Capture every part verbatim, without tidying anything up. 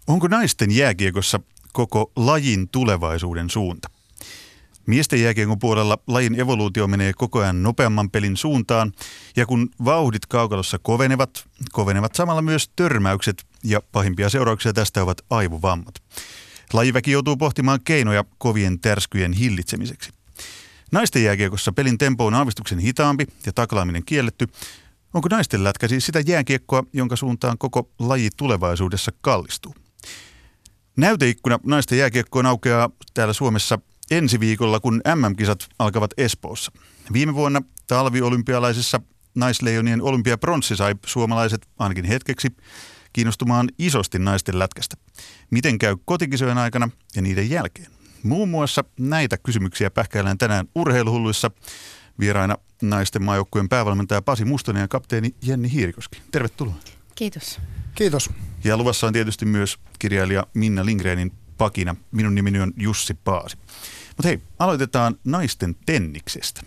Onko naisten jääkiekossa koko lajin tulevaisuuden suunta? Miesten jääkiekon puolella lajin evoluutio menee koko ajan nopeamman pelin suuntaan, ja kun vauhdit kaukalossa kovenevat, kovenevat samalla myös törmäykset, ja pahimpia seurauksia tästä ovat aivovammat. Lajiväki joutuu pohtimaan keinoja kovien tärskyjen hillitsemiseksi. Naisten jääkiekossa pelin tempo on aavistuksen hitaampi ja taklaaminen kielletty. Onko naisten lätkä siis sitä jääkiekkoa, jonka suuntaan koko laji tulevaisuudessa kallistuu? Näyteikkuna naisten jääkiekkoon aukeaa täällä Suomessa ensi viikolla, kun äm äm-kisat alkavat Espoossa. Viime vuonna talviolympialaisissa naisleijonien olympiapronssi sai suomalaiset ainakin hetkeksi kiinnostumaan isosti naisten lätkästä. Miten käy kotikisojen aikana ja niiden jälkeen? Muun muassa näitä kysymyksiä pähkäillään tänään Urheiluhulluissa. Vieraina naisten maajoukkueen päävalmentaja Pasi Mustonen ja kapteeni Jenni Hiirikoski. Tervetuloa. Kiitos. Kiitos. Ja luvassa on tietysti myös kirjailija Minna Lindgrenin pakina. Minun nimeni on Jussi Paasi. Mutta hei, aloitetaan naisten tenniksestä.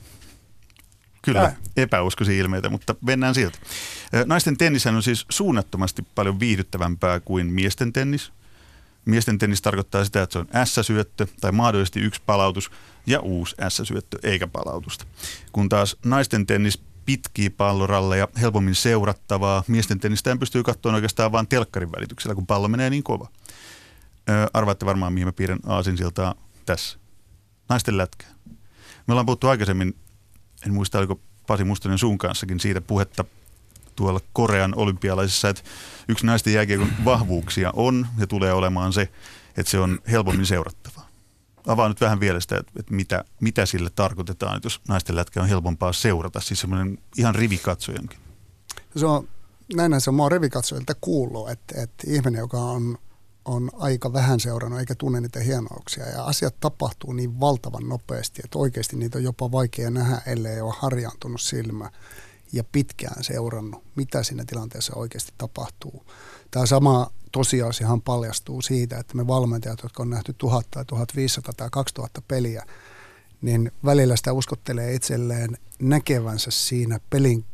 Kyllä, Ää. epäuskoisia ilmeitä, mutta mennään sieltä. Naisten tennishän on siis suunnattomasti paljon viihdyttävämpää kuin miesten tennis. Miesten tennis tarkoittaa sitä, että se on ässäsyöttö tai mahdollisesti yksi palautus ja uusi ässäsyöttö eikä palautusta. Kun taas naisten tennis pitkiä palloralleja, helpommin seurattavaa. Miesten tennistä pystyy katsomaan oikeastaan vain telkkarin välityksellä, kun pallo menee niin kova. Öö, arvaatte varmaan, mihin mä piirrän aasinsiltaa tässä. Naisten lätkää. Me ollaan puhuttu aikaisemmin, en muista oliko Pasi Mustonen sun kanssakin siitä puhetta tuolla Korean olympialaisissa, että yksi naisten jääkiekon vahvuuksia on ja tulee olemaan se, että se on helpommin seurattavaa. Avaa nyt vähän vielä sitä, että mitä, mitä sille tarkoitetaan, että jos naisten lätkä on helpompaa seurata, siis semmoinen ihan rivikatsojankin. Se on, näinhän se on, mä oon rivikatsojalta kuullut, että, että ihminen, joka on, on aika vähän seurannut eikä tunne niitä hienouksia ja asiat tapahtuu niin valtavan nopeasti, että oikeasti niitä on jopa vaikea nähdä, ellei ole harjaantunut silmä ja pitkään seurannut, mitä siinä tilanteessa oikeasti tapahtuu. Tämä sama tosiasiahan paljastuu siitä, että me valmentajat, jotka on nähty tuhat tai tuhatviisisataa tai kaksituhatta peliä, niin välillä sitä uskottelee itselleen näkevänsä siinä pelin,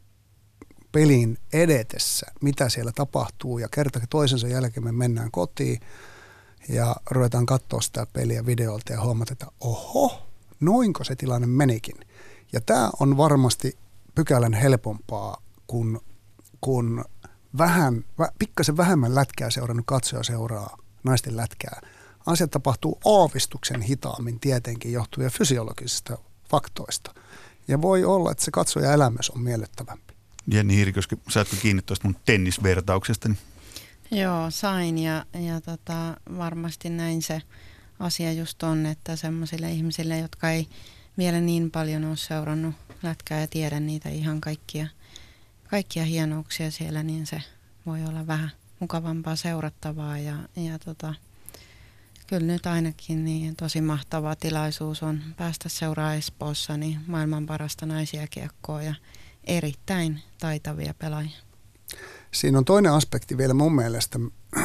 pelin edetessä, mitä siellä tapahtuu, ja kerta toisensa jälkeen me mennään kotiin ja ruvetaan katsoa sitä peliä videolta ja huomata, että oho, noinko se tilanne menikin. Ja tämä on varmasti pykälän helpompaa, kun, kun vähän, pikkasen vähemmän lätkää seurannut katsoja seuraa naisten lätkää. Asiat tapahtuu aavistuksen hitaammin tietenkin johtuen fysiologisista faktoista. Ja voi olla, että se katsoja elämys on miellyttävämpi. Jenni Hiirikoski, saatko kiinni tuosta mun tennisvertauksestani? Joo, sain ja, ja tota, varmasti näin se asia just on, että semmoisille ihmisille, jotka ei vielä niin paljon ole seurannut lätkää ja tiedä niitä ihan kaikkia, kaikkia hienouksia siellä, niin se voi olla vähän mukavampaa seurattavaa. Ja, ja tota, kyllä nyt ainakin niin tosi mahtava tilaisuus on päästä seuraa Espoossa niin maailman parasta naisjääkiekkoa ja erittäin taitavia pelaajia. Siinä on toinen aspekti vielä mun mielestä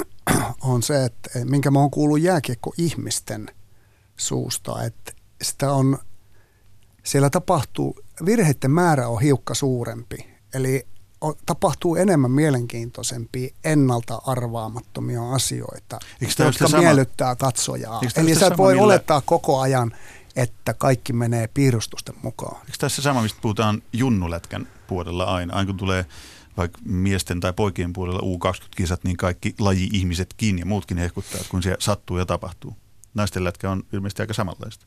on se, että minkä mä oon kuullut jääkiekko-ihmisten suusta, että sitä on, siellä tapahtuu, virheiden määrä on hiukka suurempi, eli on, tapahtuu enemmän mielenkiintoisempia, ennalta arvaamattomia asioita, jotka miellyttää katsojaa. Eli sä et voi millä... olettaa koko ajan, että kaikki menee piirustusten mukaan. Eikö tässä sama, mistä puhutaan junnulätkän puolella aina? Aina kun tulee vaikka miesten tai poikien puolella U kaksikymmentä-kisat, niin kaikki laji-ihmisetkin ja muutkin hehkuttaa, kun se sattuu ja tapahtuu. Naisten lätkä on ilmeisesti aika samanlaista.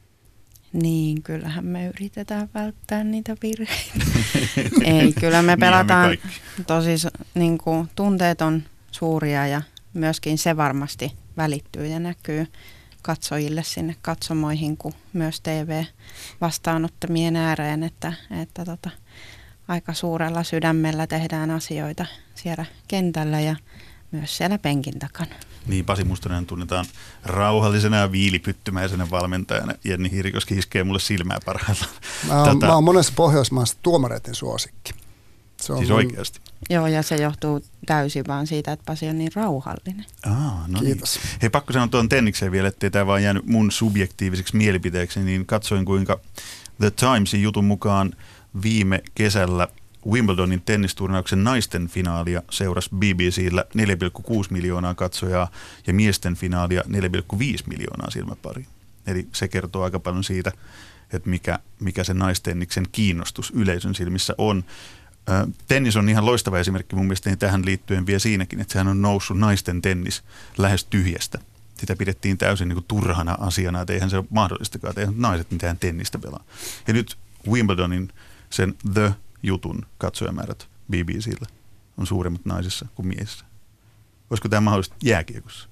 Niin, kyllähän me yritetään välttää niitä virheitä. Ei, kyllä me pelataan me tosi, niin kuin, tunteet on suuria ja myöskin se varmasti välittyy ja näkyy katsojille sinne katsomoihin kuin myös T V-vastaanottamien ääreen, että, että tota, aika suurella sydämellä tehdään asioita siellä kentällä ja myös siellä penkin takana. Niin, Pasi Mustonen tunnetaan rauhallisena ja viilipyttymäisenä valmentajana. Jenni Hiirikoski iskee mulle silmää parhaillaan. Mä oon, Tätä... mä oon monessa Pohjoismaassa tuomareiden suosikki. Se on siis mun... oikeasti? Joo, ja se johtuu täysin vaan siitä, että Pasi on niin rauhallinen. Aa, no Kiitos. Niin. Hei, pakko sanoa tuon tennikseen vielä, ettei tämä vaan jäänyt mun subjektiiviseksi mielipiteeksi, niin katsoin kuinka The Timesin jutun mukaan viime kesällä Wimbledonin tennisturnauksen naisten finaalia seurasi B B C:llä neljä pilkku kuusi miljoonaa katsojaa ja miesten finaalia neljä pilkku viisi miljoonaa silmäpari. Eli se kertoo aika paljon siitä, että mikä, mikä se naistenniksen kiinnostus yleisön silmissä on. Tennis on ihan loistava esimerkki mun mielestä tähän liittyen vielä siinäkin, että sehän on noussut naisten tennis lähes tyhjästä. Sitä pidettiin täysin niin kuin turhana asiana, että eihän se ole mahdollistakaan, että eihän naiset mitään tennistä pelaa. Ja nyt Wimbledonin sen The-jutun katsojamäärät B B C:llä on suuremmat naisissa kuin miehissä. Olisiko tämä mahdollista jääkiekossa?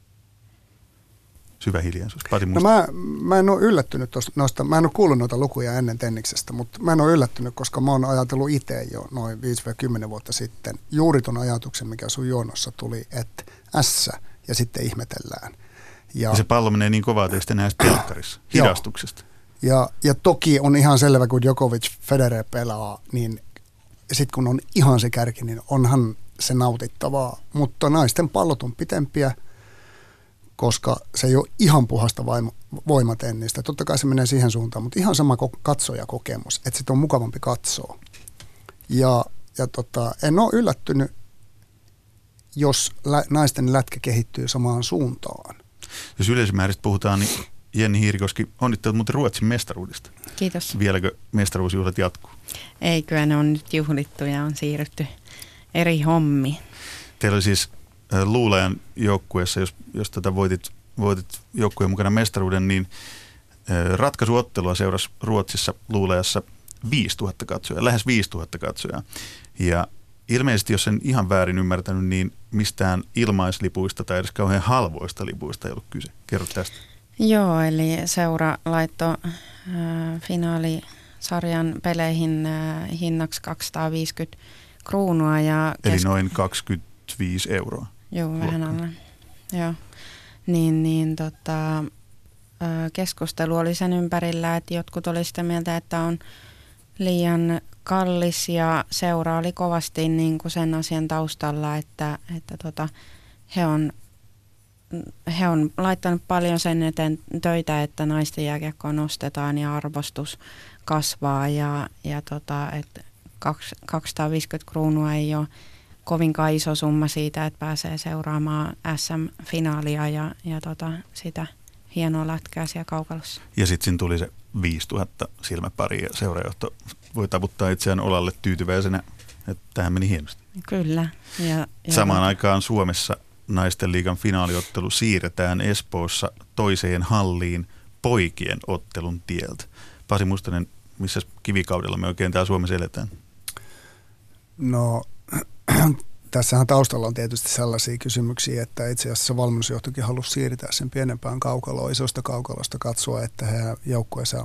Syvä hiljaisuus. No mä, mä en ole yllättynyt tosta, noista, mä en ole kuullut noita lukuja ennen tenniksestä, mutta mä en ole yllättynyt, koska mä oon ajatellut itse jo noin viisi kymmenen vuotta sitten juuri ton ajatuksen, mikä sun juonossa tuli, että ässä ja sitten ihmetellään. Ja, ja se pallo menee niin kovaa, että ei sitten näe telkkarissa hidastuksesta. Ja, ja toki on ihan selvä, kun Djokovic Federer pelaa, niin sitten kun on ihan se kärki, niin onhan se nautittavaa. Mutta naisten pallot on pitempiä, koska se ei ole ihan puhasta voimatennistä. Totta kai se menee siihen suuntaan, mutta ihan sama katsojakokemus, että sitten on mukavampi katsoa. Ja, ja tota, en ole yllättynyt, jos lä- naisten lätkä kehittyy samaan suuntaan. Jos yleisömääristä puhutaan, niin Jenni Hiirikoski, onnittelut muuten Ruotsin mestaruudesta. Kiitos. Vieläkö mestaruusjuhlat jatkuu? Ei, kyllä ne on nyt juhlittu ja on siirrytty eri hommi. Teillä oli siis Luulajan joukkueessa, jos, jos tätä voitit, voitit joukkueen mukana mestaruuden, niin ratkaisuottelua seurasi Ruotsissa Luulajassa viisituhatta katsojaa, lähes viisituhatta katsojaa. Ja ilmeisesti, jos en ihan väärin ymmärtänyt, niin mistään ilmaislipuista tai edes kauhean halvoista lipuista ei ollut kyse. Kerro tästä. Joo, eli seura laittoi äh, finaalisarjan peleihin äh, hinnaksi kaksisataaviisikymmentä kruunua. Ja kesk- Eli noin kaksikymmentäviisi euroa. Joo, vähän alle. Joo. Niin, niin tota, äh, keskustelu oli sen ympärillä, että jotkut oli sitä mieltä, että on liian kallis ja seura oli kovasti niin kuin sen asian taustalla, että, että tota, he on He on laittanut paljon sen eteen töitä, että naisten jääkiekkoa nostetaan ja arvostus kasvaa ja, ja tota, että kaksisataaviisikymmentä kruunua ei ole kovinkaan iso summa siitä, että pääsee seuraamaan S M-finaalia ja, ja tota, sitä hienoa lätkää siellä kaukalossa. Ja sitten siinä tuli se viisituhatta silmäpari ja seurajohto voi taputtaa itseään olalle tyytyväisenä, että tähän meni hienosti. Kyllä. Ja, ja Samaan aikaan Suomessa naisten liigan finaaliottelu siirretään Espoossa toiseen halliin poikien ottelun tieltä. Pasi Mustonen, missä kivikaudella me oikein täällä Suomessa eletään? No, tässähän taustalla on tietysti sellaisia kysymyksiä, että itse asiassa valmennusjohtokin halusi siirtää sen pienempään kaukaloon, isosta kaukalosta katsoa, että he joukkueessa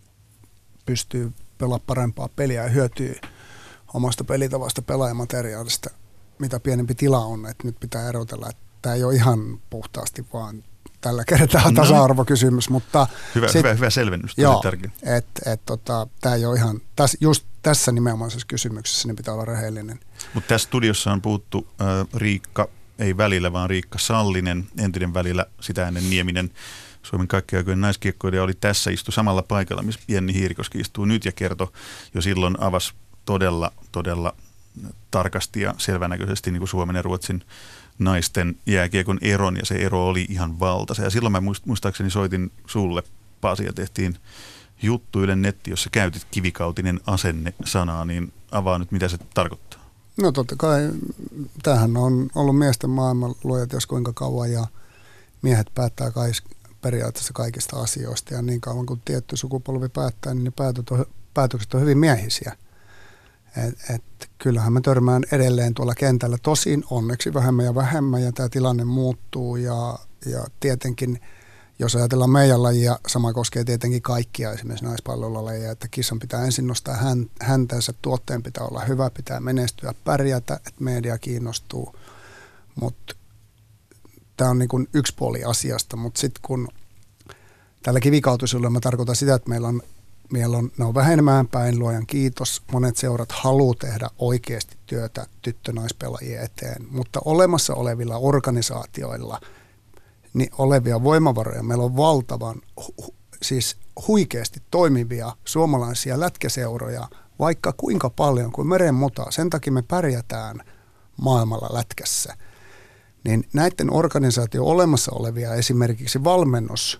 pystyy pelaamaan parempaa peliä ja hyötyy omasta pelitavasta pelaajamateriaalista, mitä pienempi tila on, että nyt pitää erotella, että tämä ei ole ihan puhtaasti vaan tällä kertaa no. tasa-arvokysymys, mutta hyvä, sit, hyvä, hyvä selvennys, joo, että et, tota, tämä ei ole ihan, täs, just tässä nimenomaisessa kysymyksessä niin pitää olla rehellinen. Mutta tässä studiossa on puhuttu äh, Riikka, ei välillä, vaan Riikka Sallinen, entinen välillä, sitä ennen Nieminen, Suomen kaikkien aikojen naiskiekkoilija oli tässä, istui samalla paikalla, missä Jenni Hiirikoski istuu nyt ja kertoi jo silloin avasi todella, todella tarkasti ja selvänäköisesti niin kuin Suomen ja Ruotsin naisten jääkiekon eron, ja se ero oli ihan valtaisa. Ja silloin mä muistaakseni soitin sulle, Pasi, ja tehtiin juttu Ylen netti, jossa käytit kivikautinen asenne-sanaa, niin avaa nyt, mitä se tarkoittaa. No totta kai, tämähän on ollut miesten maailman luojat jos kuinka kauan, ja miehet päättää kais, periaatteessa kaikista asioista, ja niin kauan kuin tietty sukupolvi päättää, niin ne päätökset on hyvin miehisiä. Et, et, kyllähän mä törmään edelleen tuolla kentällä, tosin onneksi vähemmän ja vähemmän, ja tämä tilanne muuttuu, ja, ja tietenkin, jos ajatellaan meidän lajia, sama koskee tietenkin kaikkia esimerkiksi naispallolajia, että kissan pitää ensin nostaa hän, häntänsä, tuotteen pitää olla hyvä, pitää menestyä, pärjätä, että media kiinnostuu, mutta tämä on niin kuin yksi puoli asiasta, mutta sitten kun tällä kivikautisella mä tarkoitan sitä, että meillä on Meillä on, ne on vähenemään päin, luojan kiitos. Monet seurat haluaa tehdä oikeasti työtä tyttönaispelaajien eteen, mutta olemassa olevilla organisaatioilla niin olevia voimavaroja. Meillä on valtavan, hu, siis huikeasti toimivia suomalaisia lätkäseuroja, vaikka kuinka paljon kuin meren mutaa. Sen takia me pärjätään maailmalla lätkässä. Niin näiden organisaation olemassa olevia esimerkiksi valmennus,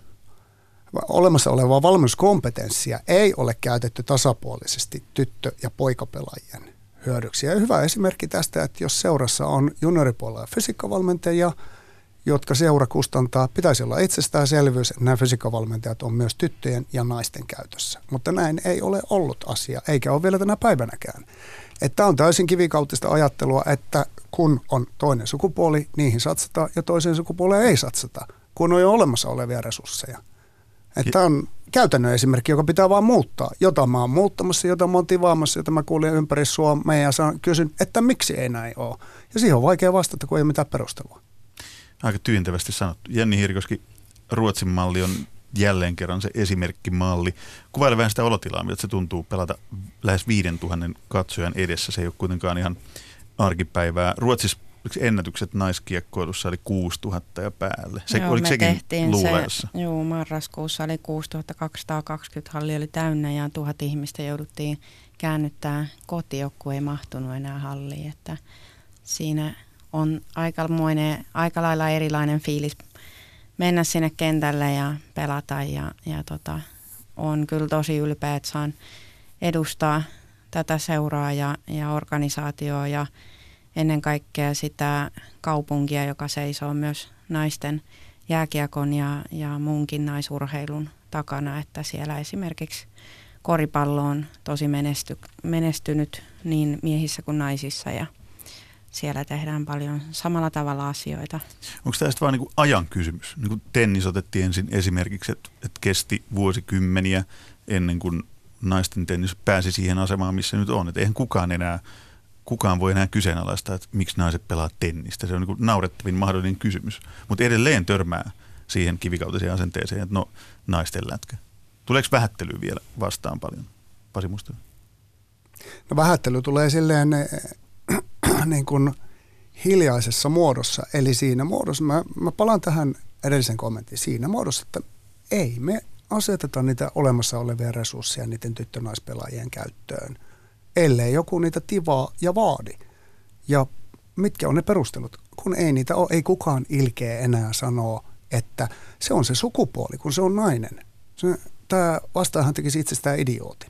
olemassa olevaa valmennuskompetenssia ei ole käytetty tasapuolisesti tyttö- ja poikapelaajien hyödyksi. Ja hyvä esimerkki tästä, että jos seurassa on junioripuolella fysiikkavalmentajia, jotka seura kustantaa, pitäisi olla itsestäänselvyys, että nämä fysiikkavalmentajat on myös tyttöjen ja naisten käytössä. Mutta näin ei ole ollut asia, eikä ole vielä tänä päivänäkään. Tämä on täysin kivikautista ajattelua, että kun on toinen sukupuoli, niihin satsataan ja toiseen sukupuoleen ei satsata, kun on jo olemassa olevia resursseja. Tämä on käytännön esimerkki, joka pitää vaan muuttaa. Jota mä oon muuttamassa, jota mä oon tivaamassa, jota mä kuulin ympäri Suomea ja kysyn, että miksi ei näin ole. Ja siihen on vaikea vastata, kun ei ole mitään perustelua. Aika tyyntävästi sanottu. Jenni Hirkoski, Ruotsin malli on jälleen kerran se esimerkkimalli. Kuvaile vähän sitä olotilaa, miltä se tuntuu pelata lähes viiden tuhannen katsojan edessä. Se ei ole kuitenkaan ihan arkipäivää. Ruotsissa ennätykset naiskiekkoilussa oli kuusituhatta ja päälle. Se, joo, oliko sekin luulajassa? Se, joo, marraskuussa oli kuusituhattakaksisataakaksikymmentä, halli oli täynnä ja tuhat ihmistä jouduttiin käännyttää kotiin, kun ei mahtunut enää halliin. Että siinä on aikamoinen, aika lailla erilainen fiilis mennä sinne kentälle ja pelata. Ja, ja tota, on kyllä tosi ylpeä, että saan edustaa tätä seuraa ja, ja organisaatioa ja ennen kaikkea sitä kaupunkia, joka seisoo myös naisten jääkiekon ja, ja muunkin naisurheilun takana, että siellä esimerkiksi koripallo on tosi menesty, menestynyt niin miehissä kuin naisissa ja siellä tehdään paljon samalla tavalla asioita. Onko tämä sitten vaan niin ajan kysymys? Niin kuin tennis otettiin ensin esimerkiksi, että, että kesti vuosikymmeniä ennen kuin naisten tennis pääsi siihen asemaan, missä nyt on. Että eihän kukaan enää, kukaan voi enää kyseenalaistaa, että miksi naiset pelaa tennistä. Se on niin kuin naurettavin mahdollinen kysymys. Mutta edelleen törmää siihen kivikautiseen asenteeseen, että no naisten lätkä. Tuleeko vähättelyä vielä vastaan paljon? Pasi Mustonen. No vähättely tulee silleen niin kuin hiljaisessa muodossa, eli siinä muodossa, mä, mä palaan tähän edellisen kommenttiin, siinä muodossa, että ei me aseteta niitä olemassa olevia resursseja niiden tyttönaispelaajien käyttöön, ellei joku niitä tivaa ja vaadi. Ja mitkä on ne perustelut? Kun ei niitä ole, ei kukaan ilkeä enää sanoa, että se on se sukupuoli, kun se on nainen. Se, tämä vastaahan tekisi itsestään idiootin.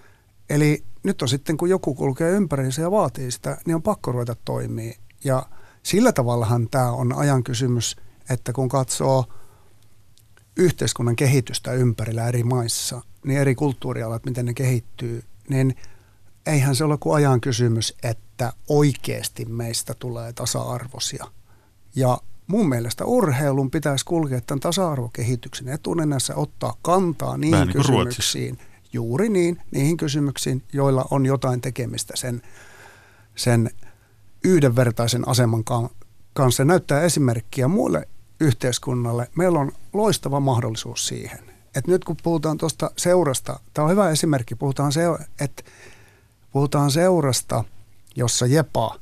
Eli nyt on sitten, kun joku kulkee ympäriinsä ja vaatii sitä, niin on pakko ruveta toimia. Ja sillä tavallahan tämä on ajan kysymys, että kun katsoo yhteiskunnan kehitystä ympärillä eri maissa, niin eri kulttuurialat, miten ne kehittyy, niin eihän se ole kuin ajan kysymys, että oikeasti meistä tulee tasa-arvoisia. Ja mun mielestä urheilun pitäisi kulkea tämän tasa-arvokehityksen etunenässä, ottaa kantaa niihin niin kysymyksiin. Juuri niin, niihin kysymyksiin, joilla on jotain tekemistä sen, sen yhdenvertaisen aseman kanssa. Näyttää esimerkkiä muille yhteiskunnalle. Meillä on loistava mahdollisuus siihen. Et nyt kun puhutaan tuosta seurasta, tämä on hyvä esimerkki, puhutaan, se, että puhutaan seurasta, jossa Jepa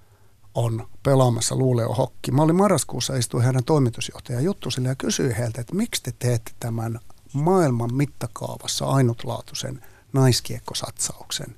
on pelaamassa Luleå Hockey. Mä olin marraskuussa, istuin heidän toimitusjohtajan Juttusille ja kysyin heiltä, että miksi te teette tämän maailman mittakaavassa ainutlaatuisen naiskiekkosatsauksen.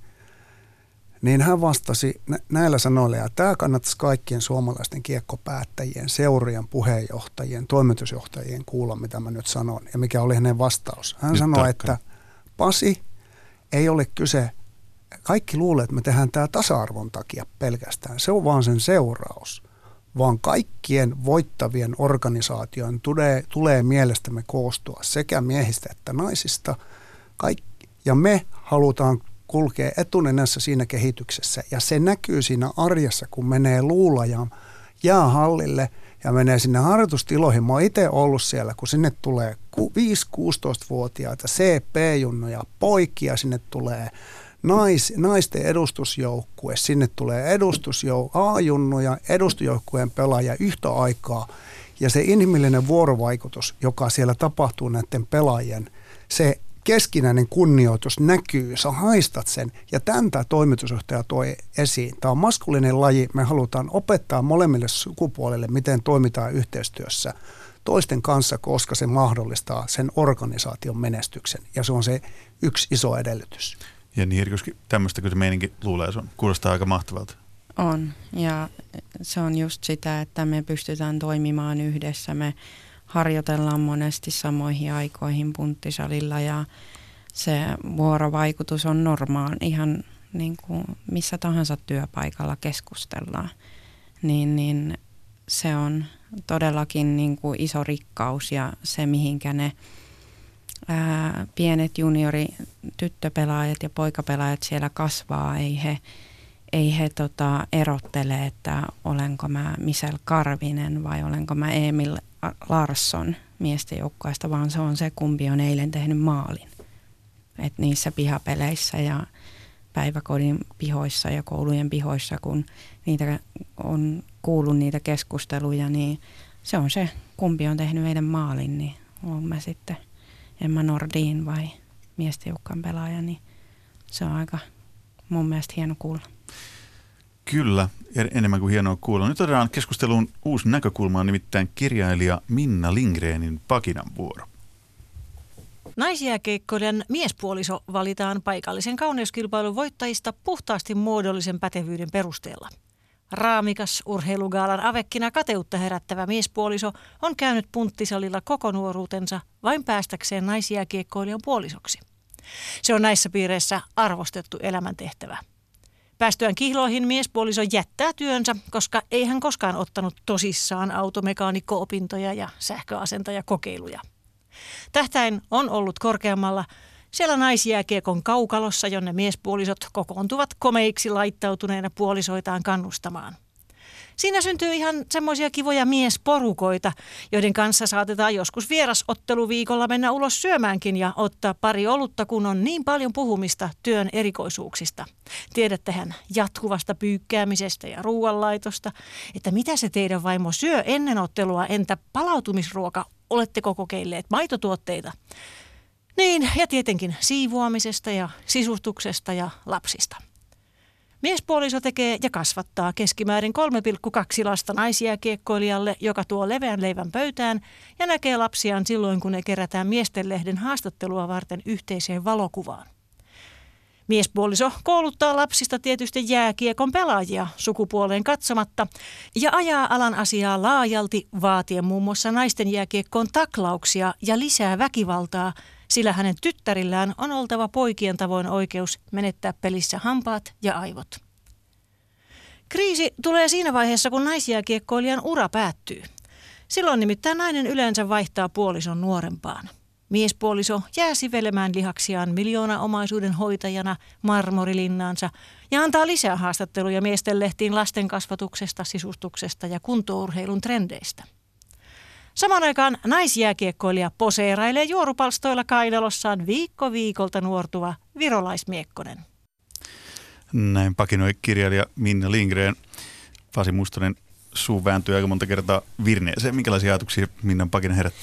Niin hän vastasi näillä sanoilla, ja tämä kannattaisi kaikkien suomalaisten kiekkopäättäjien, seurien, puheenjohtajien, toimitusjohtajien kuulla, mitä mä nyt sanon, ja mikä oli hänen vastaus. Hän nyt sanoi, että Pasi, ei ole kyse, kaikki luulee, että me tehdään tämä tasa-arvon takia pelkästään. Se on vaan sen seuraus, vaan kaikkien voittavien organisaatioiden tulee, tulee mielestämme koostua sekä miehistä että naisista. Kaik- ja me halutaan kulkea etunenässä siinä kehityksessä. Ja se näkyy siinä arjessa, kun menee Luulajan jäähallille ja menee sinne harjoitustiloihin. Mä oon itse ollut siellä, kun sinne tulee viisi-kuusitoista-vuotiaita C P-junnoja, poikia, sinne tulee Nais, naisten edustusjoukkue, sinne tulee edustusjou, A-junnuja, edustusjoukkueen pelaajia yhtä aikaa. Ja se inhimillinen vuorovaikutus, joka siellä tapahtuu näiden pelaajien, se keskinäinen kunnioitus näkyy, sä haistat sen. Ja tämän tämä toimitusjohtaja toi esiin. Tämä on maskulinen laji, me halutaan opettaa molemmille sukupuolille, miten toimitaan yhteistyössä toisten kanssa, koska se mahdollistaa sen organisaation menestyksen. Ja se on se yksi iso edellytys. Jenni Hirkoski, tämmöistä kyllä meininki luulee sun. Kuulostaa aika mahtavalta. On, ja se on just sitä, että me pystytään toimimaan yhdessä. Me harjoitellaan monesti samoihin aikoihin punttisalilla ja se vuorovaikutus on normaali, ihan niin kuin missä tahansa työpaikalla keskustellaan. Niin, niin se on todellakin niin kuin iso rikkaus ja se, mihinkä ne ää, pienet juniori tyttöpelaajat ja poikapelaajat siellä kasvaa, ei he, ei he tota, erottele, että olenko mä Michelle Karvinen vai olenko mä Emil Larsson miesten joukkueesta, vaan se on se, kumpi on eilen tehnyt maalin. Et niissä pihapeleissä ja päiväkodin pihoissa ja koulujen pihoissa, kun niitä on kuullut niitä keskusteluja, niin se on se, kumpi on tehnyt eilen maalin, niin olen mä sitten Emma Nordin vai miesten joukkueen pelaaja, niin se on aika mun mielestä hieno kuulla. Kyllä, enemmän kuin hienoa kuulla. Nyt otetaan keskusteluun uusi näkökulma, nimittäin kirjailija Minna Lindgrenin Pakinan vuoro. Naisjääkiekkoilijan miespuoliso valitaan paikallisen kauneuskilpailun voittajista puhtaasti muodollisen pätevyyden perusteella. Raamikas urheilugaalan avekkina kateutta herättävä miespuoliso on käynyt punttisalilla koko nuoruutensa vain päästäkseen naisjääkiekkoilijan puolisoksi. Se on näissä piireissä arvostettu elämäntehtävä. Päästyään kihloihin miespuoliso jättää työnsä, koska ei hän koskaan ottanut tosissaan automekaanikko-opintoja ja sähköasentajakokeiluja. Tähtäin on ollut korkeammalla siellä naisjääkiekon kaukalossa, jonne miespuolisot kokoontuvat komeiksi laittautuneena puolisoitaan kannustamaan. Siinä syntyy ihan semmoisia kivoja miesporukoita, joiden kanssa saatetaan joskus vierasotteluviikolla mennä ulos syömäänkin ja ottaa pari olutta, kun on niin paljon puhumista työn erikoisuuksista. Tiedättehän jatkuvasta pyykkäämisestä ja ruoanlaitosta, että mitä se teidän vaimo syö ennen ottelua, entä palautumisruoka, oletteko kokeilleet maitotuotteita? Niin, ja tietenkin siivoamisesta ja sisustuksesta ja lapsista. Miespuoliso tekee ja kasvattaa keskimäärin kolme pilkku kaksi lasta naisjääkiekkoilijalle, joka tuo leveän leivän pöytään ja näkee lapsiaan silloin, kun ne kerätään miestenlehden haastattelua varten yhteiseen valokuvaan. Miespuoliso kouluttaa lapsista tietysti jääkiekon pelaajia sukupuoleen katsomatta ja ajaa alan asiaa laajalti vaatien muun muassa naisten jääkiekkoon taklauksia ja lisää väkivaltaa, sillä hänen tyttärillään on oltava poikien tavoin oikeus menettää pelissä hampaat ja aivot. Kriisi tulee siinä vaiheessa, kun naisjääkiekkoilijan ura päättyy. Silloin nimittäin nainen yleensä vaihtaa puolison nuorempaan. Miespuoliso jää sivelemään lihaksiaan miljoonaomaisuuden hoitajana marmorilinnaansa ja antaa lisää haastatteluja miesten lehtiin lasten kasvatuksesta, sisustuksesta ja kuntourheilun trendeistä. Samaan aikaan naisjääkiekkoilija poseerailee juorupalstoilla kainalossaan viikko viikolta nuortuva virolaismiekkonen. Näin pakinoi kirjailija Minna Lindgren. Pasi Mustonen suu vääntyi aika monta kertaa virneeseen. Minkälaisia ajatuksia Minnan pakina herätti?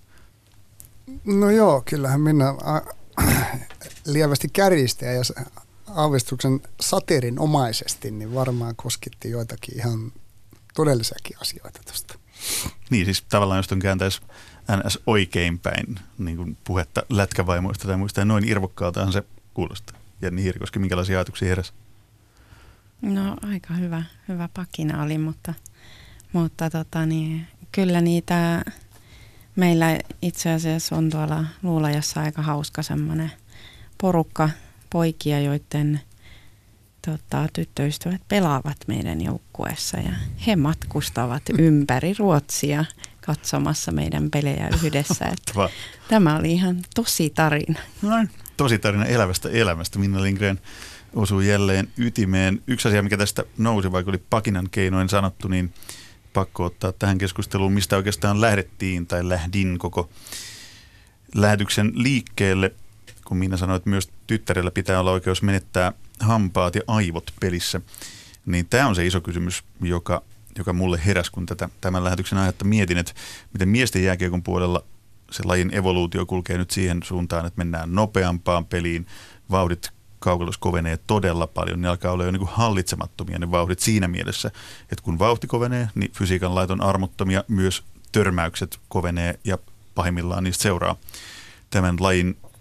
No joo, kyllähän Minna äh, lievästi kärjistää ja aavistuksen sateerinomaisesti, niin varmaan kosketti joitakin ihan todellisiakin asioita tuosta. Niin, siis tavallaan jos on kääntäisi N S oikein päin niin kuin puhetta lätkävaimoista tai muista, ja noin irvokkaaltahan se kuulostaa. Jenni Hirkoski, minkälaisia ajatuksia heräsi? No aika hyvä, hyvä pakina oli, mutta, mutta tota, niin, kyllä niitä meillä itse asiassa on tuolla Luulajassa aika hauska semmoinen porukka poikia, joiden tota, tyttöystävät pelaavat meidän joukkueessa ja he matkustavat ympäri Ruotsia katsomassa meidän pelejä yhdessä. Että tämä oli ihan tosi tarina. Noin. Tosi tarina elävästä elämästä. Minna Lindgren osui jälleen ytimeen. Yksi asia, mikä tästä nousi, vaikka oli pakinan keinoin sanottu, niin pakko ottaa tähän keskusteluun, mistä oikeastaan lähdettiin tai lähdin koko lähetyksen liikkeelle, kun Minna sanoi, että myös tyttärellä pitää olla oikeus menettää hampaat ja aivot pelissä. Niin tämä on se iso kysymys, joka, joka mulle heräsi, kun tätä, tämän lähetyksen aihetta mietin, että miten miesten jääkiekon puolella se lajin evoluutio kulkee nyt siihen suuntaan, että mennään nopeampaan peliin, vauhdit kaukalossa kovenee todella paljon, ne alkaa olla jo niin kuin hallitsemattomia ne vauhdit siinä mielessä, että kun vauhti kovenee, niin fysiikan lait on armottomia, myös törmäykset kovenee ja pahimmillaan niistä seuraa tämän lajin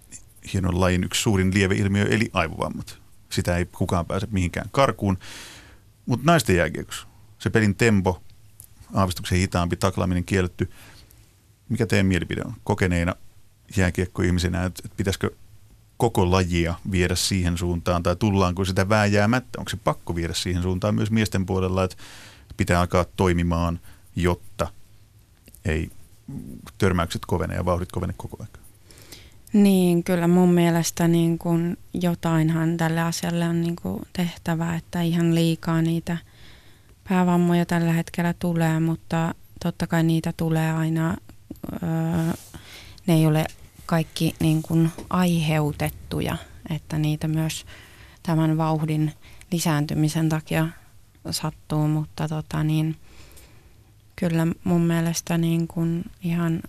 hienon lajin yksi suurin lieveilmiö, eli aivovammat. Sitä ei kukaan pääse mihinkään karkuun. Mutta naisten jääkiekossa, se pelin tempo, aavistuksen hitaampi, taklaaminen kielletty. Mikä teidän mielipide on kokeneina jääkiekkoihmisenä, että et pitäisikö koko lajia viedä siihen suuntaan, tai tullaanko sitä vääjäämättä? Onko se pakko viedä siihen suuntaan myös miesten puolella, että pitää alkaa toimimaan, jotta ei törmäykset kovene ja vauhdit kovene koko ajan? Niin, kyllä mun mielestä niin kun jotainhan tälle asialle on niin kun tehtävä, että ihan liikaa niitä päävammoja tällä hetkellä tulee, mutta totta kai niitä tulee aina, öö, ne ei ole kaikki niin kun aiheutettuja, että niitä myös tämän vauhdin lisääntymisen takia sattuu, mutta tota niin, kyllä mun mielestä niin kun ihan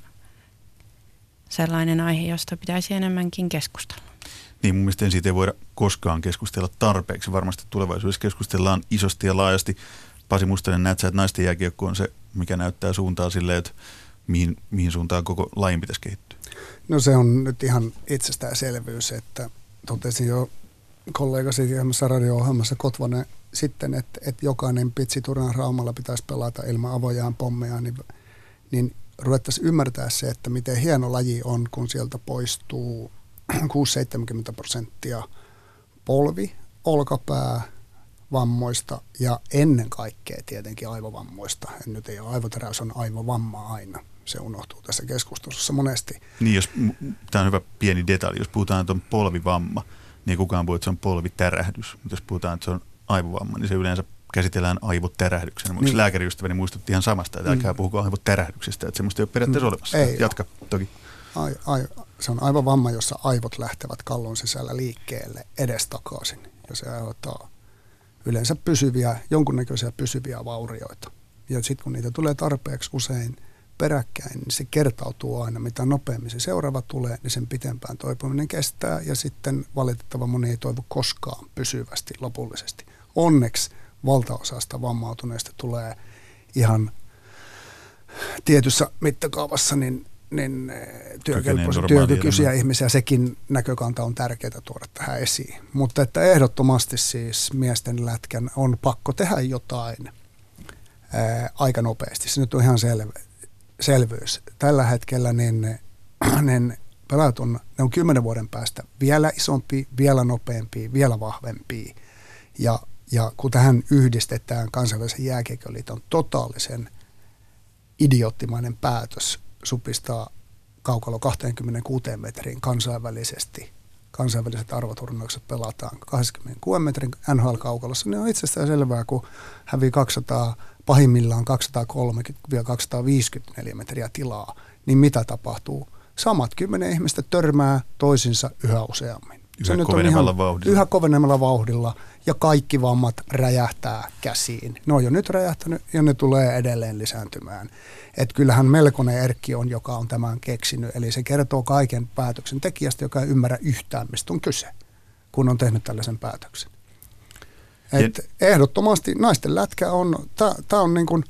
sellainen aihe, josta pitäisi enemmänkin keskustella. Niin, mun mielestä siitä ei voida koskaan keskustella tarpeeksi. Varmasti tulevaisuudessa keskustellaan isosti ja laajasti. Pasi Mustonen, näet sä, että naisten jääkiekko on se, mikä näyttää suuntaa silleen, että mihin, mihin suuntaan koko lajin pitäisi kehittyä? No se on nyt ihan itsestäänselvyys, että totesin jo kollegasi yhdessä radio-ohjelmassa Kotvanen sitten, että, että jokainen pitsi Turun Raumalla pitäisi pelata ilman avojaan pommeja, niin, niin ruvettaisiin ymmärtää se, että miten hieno laji on, kun sieltä poistuu kuusi seitsemänkymmentä prosenttia polvi, olkapää, vammoista ja ennen kaikkea tietenkin aivovammoista. Nyt ei ole aivoteräys, on aivovamma aina. Se unohtuu tässä keskustelussa monesti. Niin, jos, tämä on hyvä pieni detalji. Jos puhutaan, että on polvivamma, niin kukaan puhuu, että se on polviterähdys. Mutta jos puhutaan, että se on aivovamma, niin se yleensä käsitellään aivoterähdyksenä. Mutta niin. Lääkäriystäväni muistutti ihan samasta, että älkää mm. puhuko aivoterähdyksestä, että semmoista ei ole periaatteessa mm. olemassa. Ei Jatka ole. Toki. Ai, ai, se on aivovamma, jossa aivot lähtevät kallon sisällä liikkeelle edestakaisin. Ja se aiheuttaa yleensä pysyviä, jonkunnäköisiä pysyviä vaurioita. Ja sitten kun niitä tulee tarpeeksi usein peräkkäin, niin se kertautuu aina. Mitä nopeammin se seuraava tulee, niin sen pitempään toipuminen kestää. Ja sitten valitettavan moni ei toivu koskaan pysyvästi, lopullisesti. Onneksi valtaosasta vammautuneista tulee ihan tietyssä mittakaavassa niin, niin työkelpoisia, työkykyisiä ihmisiä. Sekin näkökanta on tärkeää tuoda tähän esiin. Mutta että ehdottomasti siis miesten lätkän on pakko tehdä jotain ää, aika nopeasti. Se nyt on ihan selvä. Selvyys. Tällä hetkellä niin, niin pelaajat on, ne on kymmenen vuoden päästä vielä isompia, vielä nopeampia, vielä vahvempia. Ja, ja kun tähän yhdistetään kansainvälisen jääkiekkoliiton totaalisen idioottimainen päätös supistaa kaukalo kaksikymmentäkuusi metriin kansainvälisesti, kansainväliset arvoturnaukset pelataan kaksikymmentäkuusi metrin N H L-kaukalossa, niin on itsestään selvää, kun hävii kaksisataa, pahimmillaan kaksisataakolmekymmentä kaksisataaviisikymmentäneljä metriä tilaa, niin mitä tapahtuu? Samat kymmenen ihmistä törmää toisinsa yhä useammin. Yhä kovenemmalla vauhdilla. Yhä kovenemmalla vauhdilla ja kaikki vammat räjähtää käsiin. Ne on jo nyt räjähtänyt ja ne tulee edelleen lisääntymään. Et kyllähän melkoinen erkki on, joka on tämän keksinyt. Eli se kertoo kaiken päätöksen tekijästä, joka ei ymmärrä yhtään, mistä on kyse, kun on tehnyt tällaisen päätöksen. Et ehdottomasti naisten lätkä on, tämä on niin kuin,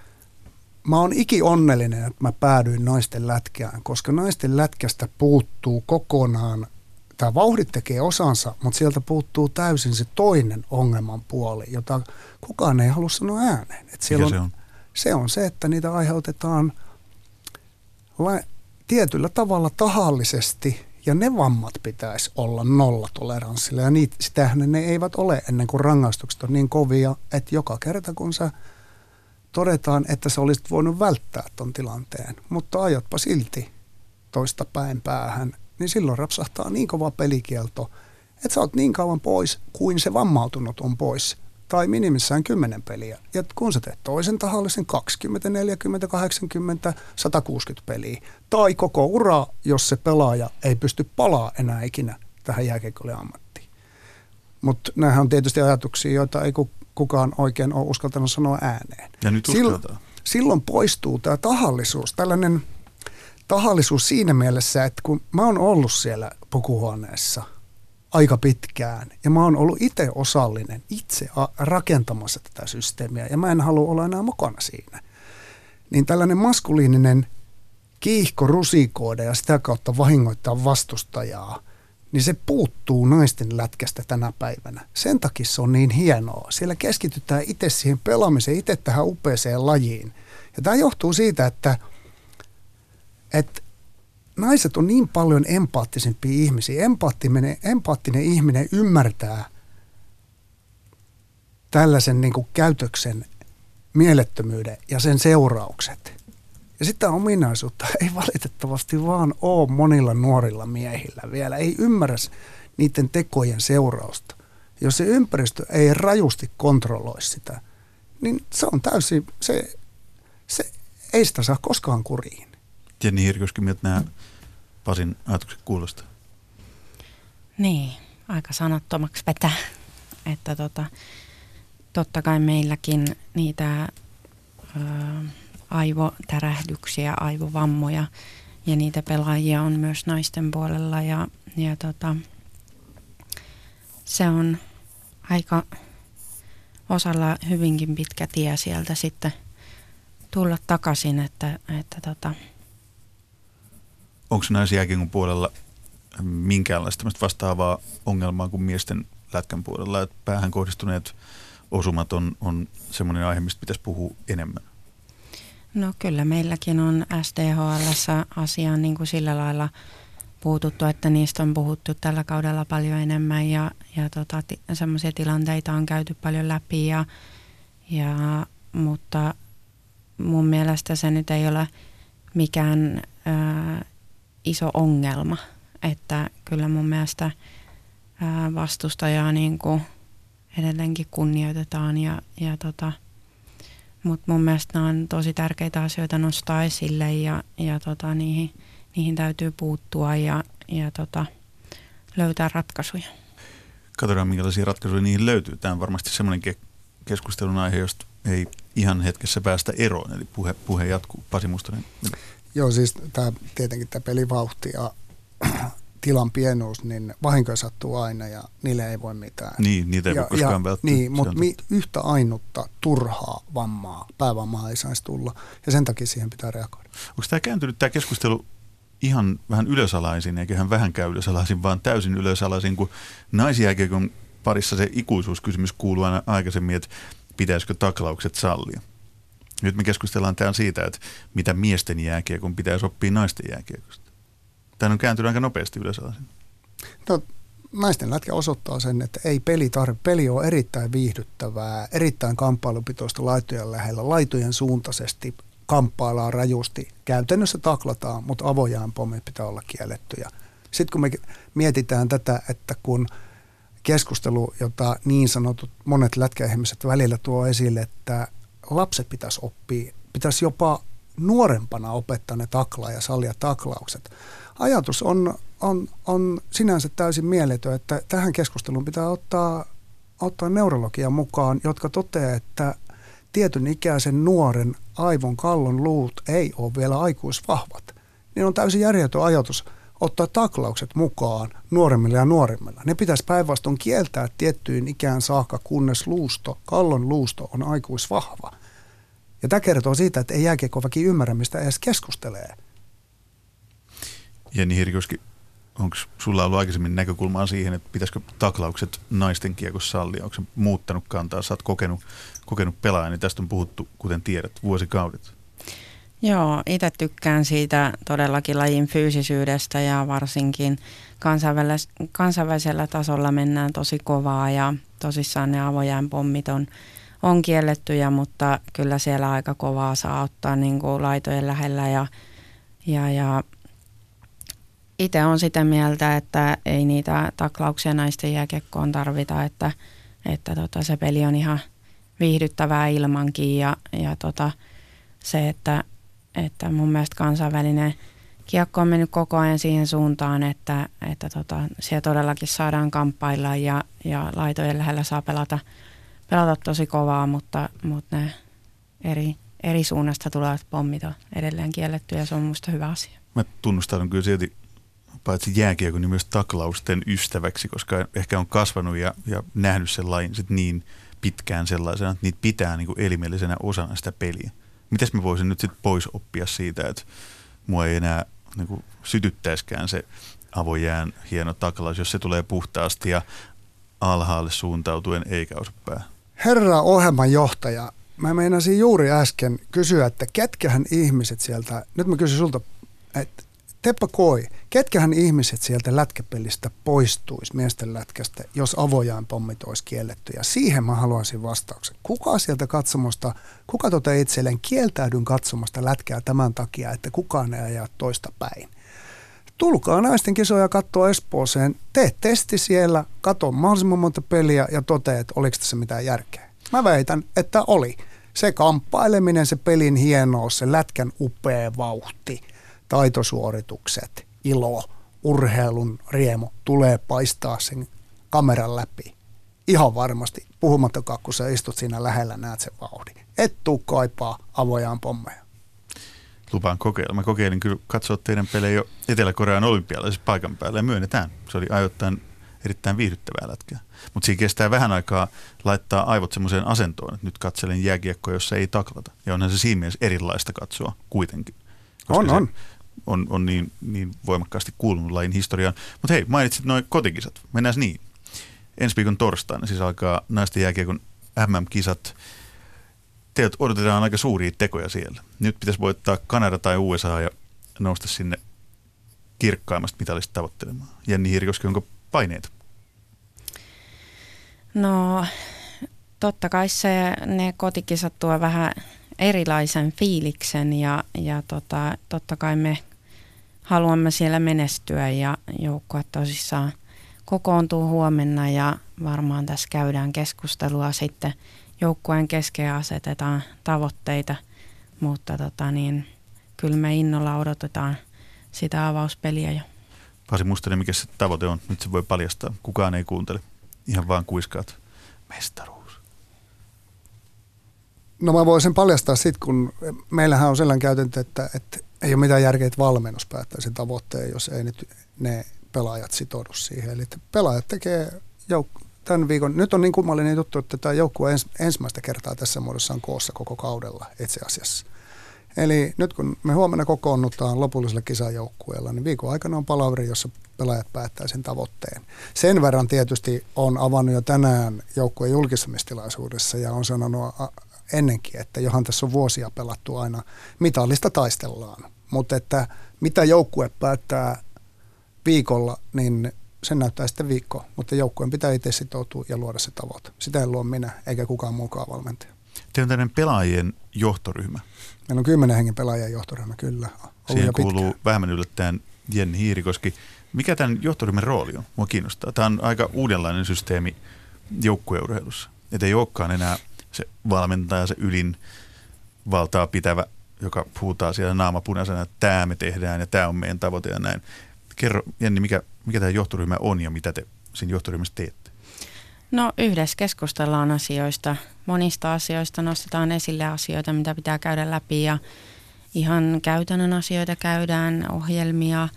mä oon ikionnellinen, että mä päädyin naisten lätkään, koska naisten lätkästä puuttuu kokonaan, tämä vauhdit tekee osansa, mutta sieltä puuttuu täysin se toinen ongelman puoli, jota kukaan ei halua sanoa ääneen. Et siellä on, se, on? se on se, että niitä aiheutetaan la, tietyllä tavalla tahallisesti, ja ne vammat pitäisi olla nollatoleranssilla, ja niitä, sitähän ne eivät ole ennen kuin rangaistukset on niin kovia, että joka kerta kun sä todetaan, että sä olisit voinut välttää ton tilanteen, mutta ajatpa silti toista päin päähän, niin silloin rapsahtaa niin kova pelikielto, että sä oot niin kauan pois, kuin se vammautunut on pois, tai minimissään kymmenen peliä. Ja kun sä teet toisen tahallisen kaksikymmentä, neljäkymmentä, kahdeksankymmentä, sata kuusikymmentä peliä, tai koko ura, jos se pelaaja ei pysty palaa enää ikinä tähän jääkiekkoilun ammattiin. Mutta nämähän on tietysti ajatuksia, joita ei kukaan oikein ole uskaltanut sanoa ääneen. Ja nyt silloin, silloin poistuu tämä tahallisuus, tällainen tahallisuus siinä mielessä, että kun mä oon ollut siellä pukuhuoneessa aika pitkään ja mä oon ollut itse osallinen, itse rakentamassa tätä systeemiä ja mä en halua olla enää mukana siinä, niin tällainen maskuliininen kiihko rusikoida ja sitä kautta vahingoittaa vastustajaa, niin se puuttuu naisten lätkästä tänä päivänä. Sen takia se on niin hienoa. Siellä keskitytään itse siihen pelaamiseen, itse tähän upeeseen lajiin. Ja tämä johtuu siitä, että, että naiset on niin paljon empaattisempia ihmisiä. Empaattinen, empaattinen ihminen ymmärtää tällaisen niin kuin käytöksen mielettömyyden ja sen seuraukset. Ja sitä ominaisuutta ei valitettavasti vaan ole monilla nuorilla miehillä vielä. Ei ymmärrä niiden tekojen seurausta. Jos se ympäristö ei rajusti kontrolloi sitä, niin se on täysin, se, se ei sitä saa koskaan kuriin. Jenni Hirkoski, miltä nämä Pasin ajatukset kuulostaa? Niin, aika sanattomaksi vetää. Että tota, totta kai meilläkin niitä Öö, aivotärähdyksiä, aivovammoja ja niitä pelaajia on myös naisten puolella ja, ja tota, se on aika osalla hyvinkin pitkä tie sieltä sitten tulla takaisin, että, että tota. Onko naisjääkiekon puolella minkäänlaista vastaavaa ongelmaa kuin miesten lätkän puolella, että päähän kohdistuneet osumat on, on semmoinen aihe, mistä pitäisi puhua enemmän? No kyllä meilläkin on S D H L:ssä asiaan niin kuin sillä lailla puututtu, että niistä on puhuttu tällä kaudella paljon enemmän ja, ja tota, ti, semmoisia tilanteita on käyty paljon läpi, ja, ja, mutta mun mielestä se nyt ei ole mikään ää, iso ongelma, että kyllä mun mielestä ää, vastustajaa niin kuin edelleenkin kunnioitetaan ja, ja tota, mutta mun mielestä nämä on tosi tärkeitä asioita nostaa esille ja, ja tota, niihin, niihin täytyy puuttua ja, ja tota, löytää ratkaisuja. Katsotaan, minkälaisia ratkaisuja niihin löytyy. Tämä on varmasti semmoinen ke- keskustelun aihe, josta ei ihan hetkessä päästä eroon. Eli puhe, puhe jatkuu. Pasi Mustonen. Joo, siis tämä, tietenkin tämä pelivauhti ja tilan pienuus, niin vahinkoja sattuu aina ja niille ei voi mitään. Niin, niitä ei ja, voi koskaan välttää. Niin, mutta mi, yhtä ainutta turhaa vammaa, päävammaa ei saisi tulla ja sen takia siihen pitää reagoida. Onko tämä kääntynyt tämä keskustelu ihan vähän ylösalaisin, eikä ihan vähänkään ylösalaisin, vaan täysin ylösalaisin, kun naisjääkiekon parissa se ikuisuuskysymys kuuluu aina aikaisemmin, että pitäisikö taklaukset sallia. Nyt me keskustellaan täällä siitä, että mitä miesten jääkiekon pitäisi oppia naisten jääkiekosta. Tämä on kääntynyt aika nopeasti ylösalaisin. No, naisten lätkä osoittaa sen, että ei peli tarvitse. Peli on erittäin viihdyttävää, erittäin kamppailupitoista laitojen lähellä, laitojen suuntaisesti kamppaillaan rajusti. Käytännössä taklataan, mutta avojaan pommit pitää olla kiellettyjä. Sitten kun me mietitään tätä, että kun keskustelu, jota niin sanotut monet lätkäihmiset välillä tuo esille, että lapset pitäisi oppia, pitäisi jopa nuorempana opettaa ne taklaa ja sallia taklaukset. Ajatus on, on, on sinänsä täysin mieletön, että tähän keskusteluun pitää ottaa, ottaa neurologia mukaan, jotka toteaa, että tietyn ikäisen nuoren aivon kallon luut ei ole vielä aikuisvahvat. Niin on täysin järjetön ajatus ottaa taklaukset mukaan nuoremmille ja nuoremmilla. Ne pitäisi päinvastoin kieltää tiettyyn ikään saakka, kunnes luusto, kallon luusto on aikuisvahva. Ja tämä kertoo siitä, että ei jääkiekkoväki ymmärrä, mistä edes keskustelee. Jenni Hirkoski, onko sulla ollut aikaisemmin näkökulmaa siihen, että pitäisikö taklaukset naisten kiekossa sallia? Onko se muuttanut kantaa? Sä oot kokenut, kokenut pelaajan, niin tästä on puhuttu, kuten tiedät, vuosikaudet. Joo, itse tykkään siitä todellakin lajin fyysisyydestä ja varsinkin kansainvälis- kansainvälisellä tasolla mennään tosi kovaa ja tosissaan ne avojään pommit on, on kiellettyjä, mutta kyllä siellä aika kovaa saa ottaa niin kuin laitojen lähellä ja, ja, ja itse on sitä mieltä, että ei niitä taklauksia naisten jääkiekkoon tarvita, että, että tota, se peli on ihan viihdyttävää ilmankin ja, ja tota, se, että, että mun mielestä kansainvälinen kiekko on mennyt koko ajan siihen suuntaan, että, että tota, siellä todellakin saadaan kamppailla ja, ja laitojen lähellä saa pelata, pelata tosi kovaa, mutta, mutta ne eri, eri suunnasta tulevat pommit on edelleen kielletty ja se on musta hyvä asia. Mä tunnustan kyllä silti paitsi jääkiekon, niin myös taklausten ystäväksi, koska ehkä on kasvanut ja, ja nähnyt sen lajin sit niin pitkään sellaisena, että niitä pitää niin kuin elimellisenä osana sitä peliä. Mitäs mä voisin nyt sitten pois oppia siitä, että mua ei enää niin kuin sytyttäiskään se avojään hieno taklaus, jos se tulee puhtaasti ja alhaalle suuntautuen eikä osu päähän. Herra ohjelmanjohtaja, mä meinasin juuri äsken kysyä, että ketkähän ihmiset sieltä, nyt mä kysyn sulta, että Teppo Koi, ketkähän ihmiset sieltä lätkäpelistä poistuisi miesten lätkästä, jos avojaan pommit olisi kielletty? Ja siihen mä haluaisin vastauksen. Kuka sieltä katsomosta, kuka tota itselleen kieltäydyn katsomasta lätkää tämän takia, että kukaan ei ajaa toista päin? Tulkaa naisten kisoja katsoa Espooseen, tee testi siellä, katso mahdollisimman monta peliä ja totea, että oliko tässä mitään järkeä. Mä väitän, että oli. Se kamppaileminen, se pelin hienous, se lätkän upea vauhti, taitosuoritukset, ilo, urheilun riemu tulee paistaa sen kameran läpi. Ihan varmasti, puhumattakaan kun sä istut siinä lähellä, näet sen vauhdin. Et tuu kaipaa avojaan pommeja. Lupaan kokeilla. Mä kokeilin kyllä katsoa teidän pelejä jo Etelä-Korean olympialaisessa paikan päällä ja myönnetään. Se oli ajoittain erittäin viihdyttävää lätkää. Mutta siinä kestää vähän aikaa laittaa aivot semmoiseen asentoon, että nyt katselen jääkiekkoa, jossa ei taklata. Ja onhan se siinä mielessä erilaista katsoa kuitenkin. On, on. On, on niin, niin voimakkaasti kuulunut lajin historiaan. Mutta hei, mainitsit noin kotikisat. Mennään niin. Ensi viikon torstaina siis alkaa naisten jääkiekon M M-kisat. Teiltä odotetaan aika suuria tekoja siellä. Nyt pitäisi voittaa Kanada tai U S A ja nousta sinne kirkkaimmasta mitalista tavoittelemaan. Jenni Hiirikoski, onko paineita? No totta kai se, ne kotikisat tuo vähän erilaisen fiiliksen ja, ja tota, totta kai me haluamme siellä menestyä ja joukkue tosissaan kokoontuu huomenna ja varmaan tässä käydään keskustelua sitten. Joukkueen kesken asetetaan tavoitteita, mutta tota niin, kyllä me innolla odotetaan sitä avauspeliä jo. Pasi Mustonen, mikä se tavoite on? Nyt se voi paljastaa. Kukaan ei kuuntele. Ihan vaan kuiskaat. Mestaruus. No mä voisin paljastaa sitten, kun meillähän on sellainen käytäntö, että, että ei ole mitään järkeä, että valmennus päättää sen tavoitteen, jos ei nyt ne pelaajat sitoudu siihen. Eli pelaajat tekee jouk- tämän viikon. Nyt on niin kummallinen juttu, että tämä joukkue ens, ensimmäistä kertaa tässä muodossa on koossa koko kaudella itse asiassa. Eli nyt kun me huomenna kokoonnutaan lopullisella kisajoukkueella, niin viikon aikana on palaveri, jossa pelaajat päättää sen tavoitteen. Sen verran tietysti on avannut jo tänään joukkueen julkistamistilaisuudessa ja on sanonut ennenkin, että johan tässä on vuosia pelattu aina, mitallista taistellaan. Mutta että mitä joukkue päättää viikolla, niin sen näyttää sitten viikkoa. Mutta joukkueen pitää itse sitoutua ja luoda se tavoite. Sitä en luo minä, eikä kukaan muukaan valmentaja. Teillä on tämmöinen pelaajien johtoryhmä. Meillä on kymmenen hengen pelaajien johtoryhmä, kyllä. Siihen kuuluu vähemmän yllättäen Jenni Hiirikoski. Mikä tämän johtoryhmän rooli on? Mua kiinnostaa. Tämä on aika uudenlainen systeemi joukkueurheilussa. Että ei olekaan enää se valmentaja, se ylin valtaa pitävä, joka huutaa siellä naamapunaisena, että tämä me tehdään ja tämä on meidän tavoite ja näin. Kerro, Jenni, mikä, mikä tämä johtoryhmä on ja mitä te siinä johtoryhmässä teette? No yhdessä keskustellaan asioista, monista asioista nostetaan esille asioita, mitä pitää käydä läpi ja ihan käytännön asioita käydään, ohjelmia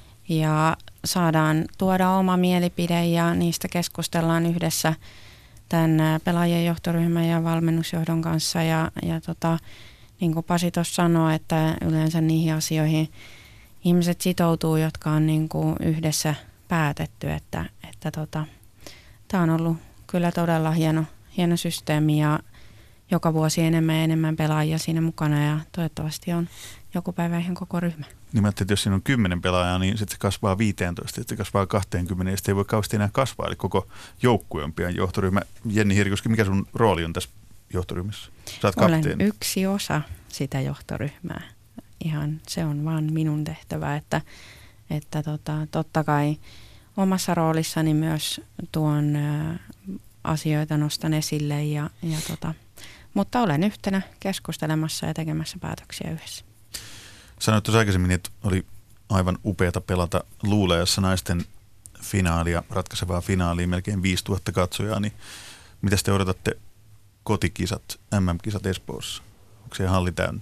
ja saadaan tuoda oma mielipide ja niistä keskustellaan yhdessä tämän pelaajien johtoryhmän ja valmennusjohdon kanssa ja, ja tota, niin kuin Pasi tuossa sanoi, että yleensä niihin asioihin ihmiset sitoutuu, jotka on niin kuin yhdessä päätetty, että, että tota, tämä on ollut kyllä todella hieno, hieno systeemi ja joka vuosi enemmän ja enemmän pelaajia siinä mukana ja toivottavasti on joku päivä ihan koko ryhmä. Niin mä ajattelin, että jos siinä on kymmenen pelaajaa, niin sitten se kasvaa viisitoista, sitten se kasvaa kaksikymmentä ja sitten ei voi kauheasti enää kasvaa. Eli koko joukkue on pian johtoryhmä. Jenni Hiirikoski, mikä sun rooli on tässä johtoryhmässä? Sä oot Olen kapteeni. yksi osa sitä johtoryhmää. Ihan se on vaan minun tehtävä, että, että tota, totta kai omassa roolissani myös tuon ä, asioita nostan esille, ja, ja tota, mutta olen yhtenä keskustelemassa ja tekemässä päätöksiä yhdessä. Sanoit tuossa aikaisemmin, että oli aivan upeata pelata Luuleassa naisten finaalia, ratkaisevaa finaalia, melkein viisituhatta katsojaa, niin mitä te odotatte kotikisat, M M-kisat Espoossa? Onko se halli täynnä?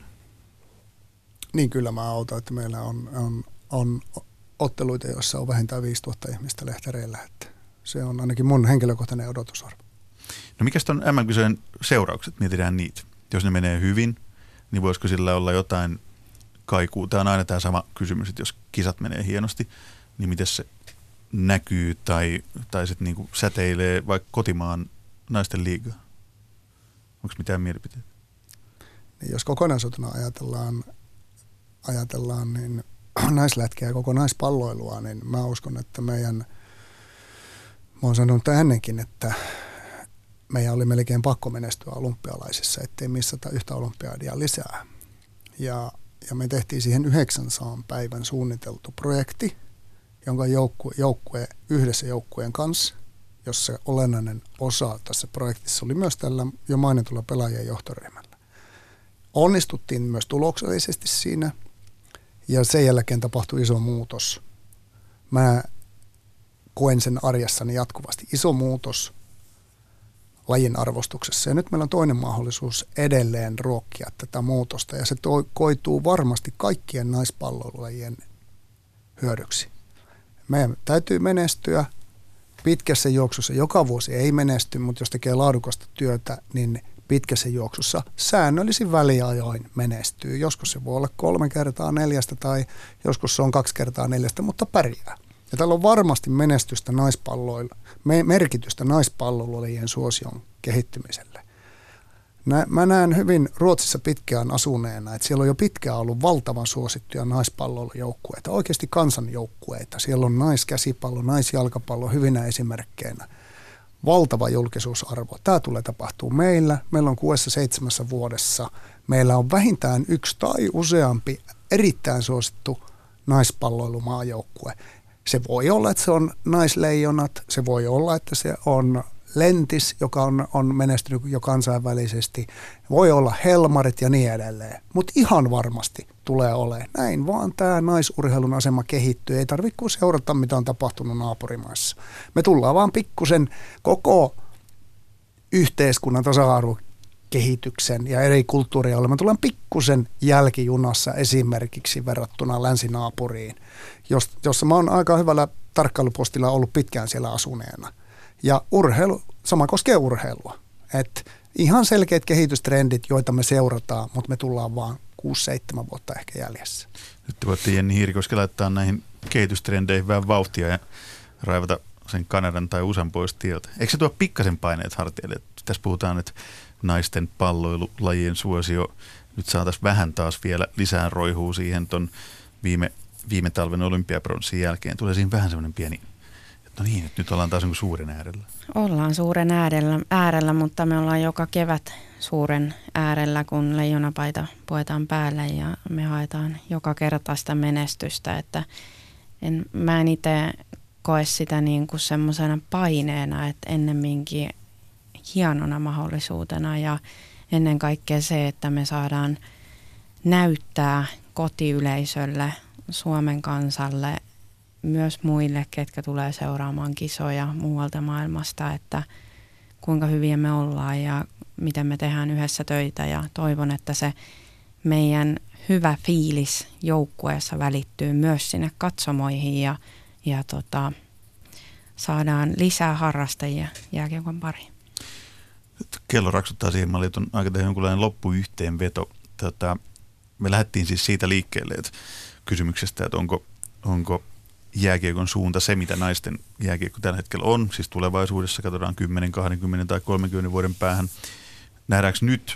Niin kyllä mä autan, että meillä on, on, on otteluita, joissa on vähintään viisituhatta ihmistä lehtereillä. Että se on ainakin mun henkilökohtainen odotusarvo. No mikä on M M-kisojen seuraukset? Mietitään niitä. Jos ne menee hyvin, niin voisiko sillä olla jotain kaikuu? Tämä on aina tämä sama kysymys, että jos kisat menee hienosti, niin miten se näkyy tai, tai sitten niinku säteilee vaikka kotimaan naisten liigaan? Onko mitään mielipiteitä? Niin jos kokonaisuutena ajatellaan, ajatellaan niin naislätkää ja koko naispalloilua, niin mä uskon, että meidän, mä oon sanonut ennenkin, että meidän oli melkein pakko menestyä olympialaisissa, ettei missata yhtä olympiadia lisää. Ja, ja me tehtiin siihen yhdeksänsadan päivän suunniteltu projekti, jonka joukkue, joukkue yhdessä joukkueen kanssa, jossa olennainen osa tässä projektissa oli myös tällä jo mainitulla pelaajien johtoryhmällä. Onnistuttiin myös tuloksellisesti siinä, ja sen jälkeen tapahtui iso muutos. Mä koen sen arjessani jatkuvasti. Iso muutos lajin arvostuksessa. Ja nyt meillä on toinen mahdollisuus edelleen ruokkia tätä muutosta, ja se toi, koituu varmasti kaikkien naispallolajien hyödyksi. Meidän täytyy menestyä pitkässä juoksussa. Joka vuosi ei menesty, mutta jos tekee laadukasta työtä, niin pitkässä juoksussa säännöllisin väliajoin menestyy. Joskus se voi olla kolme kertaa neljästä tai joskus se on kaksi kertaa neljästä, mutta pärjää. Ja täällä on varmasti menestystä naispalloilla, merkitystä naispallolajien suosion kehittymiselle. Mä näen hyvin Ruotsissa pitkään asuneena, että siellä on jo pitkään ollut valtavan suosittuja naispallojoukkueita, oikeasti kansanjoukkueita. Siellä on naiskäsipallo, naisjalkapallo hyvinä esimerkkeinä. Valtava julkisuusarvo. Tämä tulee tapahtuu meillä. Meillä on kuudessa seitsemässä vuodessa. Meillä on vähintään yksi tai useampi erittäin suosittu naispalloilumaajoukkue. Se voi olla, että se on naisleijonat. Se voi olla, että se on Lentis, joka on, on menestynyt jo kansainvälisesti. Voi olla Helmarit ja niin edelleen. Mutta ihan varmasti tulee olemaan. Näin vaan tämä naisurheilun asema kehittyy. Ei tarvitse kuin seurata, mitä on tapahtunut naapurimaissa. Me tullaan vaan pikkusen koko yhteiskunnan tasa-arvokehityksen ja eri kulttuuria. Me tullaan pikkusen jälkijunassa esimerkiksi verrattuna länsinaapuriin, jossa mä oon aika hyvällä tarkkailupostilla ollut pitkään siellä asuneena. Ja urheilu, sama koskee urheilua. Et ihan selkeät kehitystrendit, joita me seurataan, mutta me tullaan vaan kuusi seitsemän vuotta ehkä jäljessä. Nyt te voitte Jenni Hiirikoski laittaa näihin kehitystrendeihin vähän vauhtia ja raivata sen Kanadan tai U S A:n pois tieltä. Eikö se tuo pikkasen paineet harteille? Tässä puhutaan, että naisten palloilulajien suosio nyt saataisiin vähän taas vielä lisää roihua siihen ton viime, viime talven olympiapronssin jälkeen. Tulee siinä vähän semmoinen pieni... No niin, että nyt ollaan taas niin suuren äärellä. Ollaan suuren äärellä, äärellä, mutta me ollaan joka kevät suuren äärellä, kun leijonapaita puetaan päälle ja me haetaan joka kerta sitä menestystä. Että en, mä en itse koe sitä niin kuin semmoisena paineena, että ennemminkin hienona mahdollisuutena ja ennen kaikkea se, että me saadaan näyttää kotiyleisölle, Suomen kansalle, myös muille, ketkä tulee seuraamaan kisoja muualta maailmasta, että kuinka hyviä me ollaan ja miten me tehdään yhdessä töitä. Ja toivon, että se meidän hyvä fiilis joukkueessa välittyy myös sinne katsomoihin ja, ja tota, saadaan lisää harrastajia jääkiekon pariin. Kello raksuttaa siihen, mä olin aika tehdä jonkunlainen loppuyhteenveto. Tota, me lähdettiin siis siitä liikkeelle, että kysymyksestä, että onko, onko jääkiekon suunta se, mitä naisten jääkiekko tällä hetkellä on, siis tulevaisuudessa katsotaan kymmenen, kaksikymmentä tai kolmekymmentä vuoden päähän. Nähdäänkö nyt,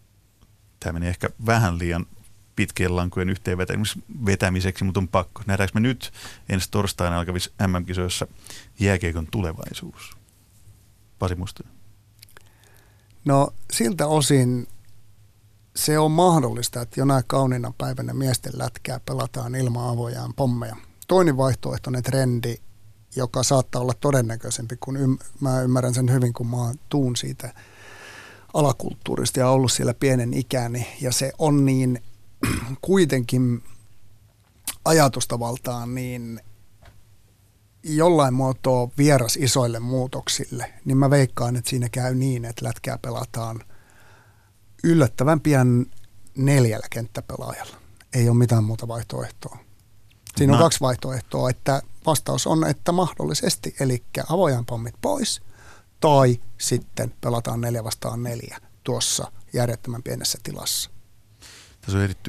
tämä meni ehkä vähän liian pitkien lankujen yhteenvetämiseksi, mutta on pakko. Nähdäänkö me nyt ensi torstaina alkavissa M M-kisoissa jääkiekon tulevaisuus? Pasi Mustonen. No siltä osin se on mahdollista, että jonain kauniina päivänä miesten lätkää pelataan ilman avojaan pommeja. Toinen vaihtoehtoinen trendi, joka saattaa olla todennäköisempi, kun ym- mä ymmärrän sen hyvin, kun mä tuun siitä alakulttuurista ja ollut siellä pienen ikäni. Ja se on niin kuitenkin ajatustavaltaan niin jollain muotoa vieras isoille muutoksille. Niin mä veikkaan, että siinä käy niin, että lätkää pelataan yllättävän pian neljällä kenttäpelaajalla. Ei ole mitään muuta vaihtoehtoa. Siinä on no. kaksi vaihtoehtoa, että vastaus on, että mahdollisesti, eli avojan pommit pois, tai sitten pelataan neljä vastaan neljä tuossa järjettömän pienessä tilassa. Tässä on ehditty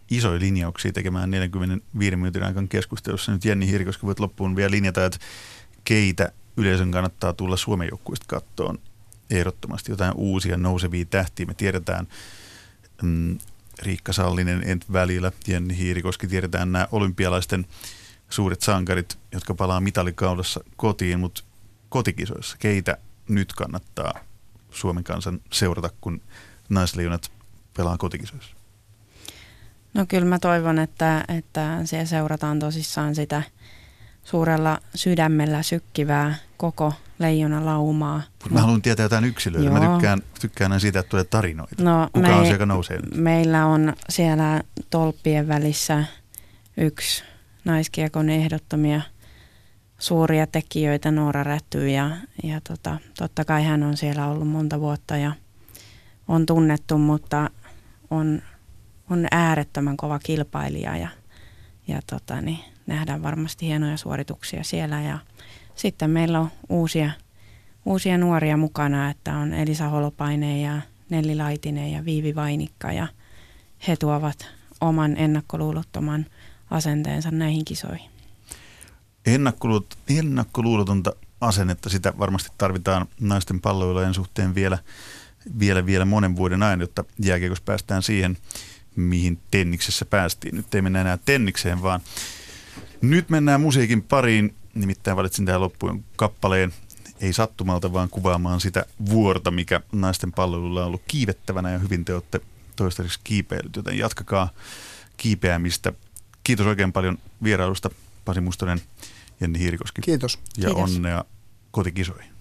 isoja linjauksia tekemään neljänkymmenenviiden minuutin aikaan keskustelussa. Nyt Jenni Hiirikoski, voit loppuun vielä linjata, että keitä yleisön kannattaa tulla Suomen joukkueesta kattoon ehdottomasti. Jotain uusia nousevia tähtiä. Me tiedetään mm, Riikka Sallinen Ent välillä, Jenni Hiirikoski, tiedetään nämä olympialaisten suuret sankarit, jotka palaa mitalikaudessa kotiin, mutta kotikisoissa, keitä nyt kannattaa Suomen kansan seurata, kun naisleijonat pelaa kotikisoissa? No kyllä mä toivon, että, että siellä seurataan tosissaan sitä suurella sydämellä sykkivää koko leijonalaumaa. Mä haluan tietää jotain yksilöitä. Joo. Mä tykkään, tykkään aina siitä, että tulee tarinoita. No, Kuka me, on se, joka nousee? Meillä on siellä tolppien välissä yksi naiskiekon ehdottomia suuria tekijöitä, Noora Räty, ja, ja tota, totta kai hän on siellä ollut monta vuotta ja on tunnettu, mutta on, on äärettömän kova kilpailija ja, ja tota, niin nähdään varmasti hienoja suorituksia siellä. Ja sitten meillä on uusia, uusia nuoria mukana, että on Elisa Holopainen ja Nelli Laitinen ja Viivi Vainikka, ja he tuovat oman ennakkoluulottoman asenteensa näihin kisoihin. Ennakkoluulot, ennakkoluulotonta asennetta, sitä varmasti tarvitaan naisten palloilujen suhteen vielä, vielä, vielä monen vuoden ajan, jotta jääkiekossa päästään siihen, mihin tenniksessä päästiin. Nyt ei mennä enää tennikseen, vaan nyt mennään musiikin pariin. Nimittäin valitsin tähän loppuun kappaleen, ei sattumalta, vaan kuvaamaan sitä vuorta, mikä naisten palloilulla on ollut kiivettävänä, ja hyvin te olette toistaiseksi kiipeilyt, joten jatkakaa kiipeämistä. Kiitos oikein paljon vierailusta, Pasi Mustonen, Jenni Hiirikoski. Kiitos. Ja Kiitos. onnea kotikisoihin.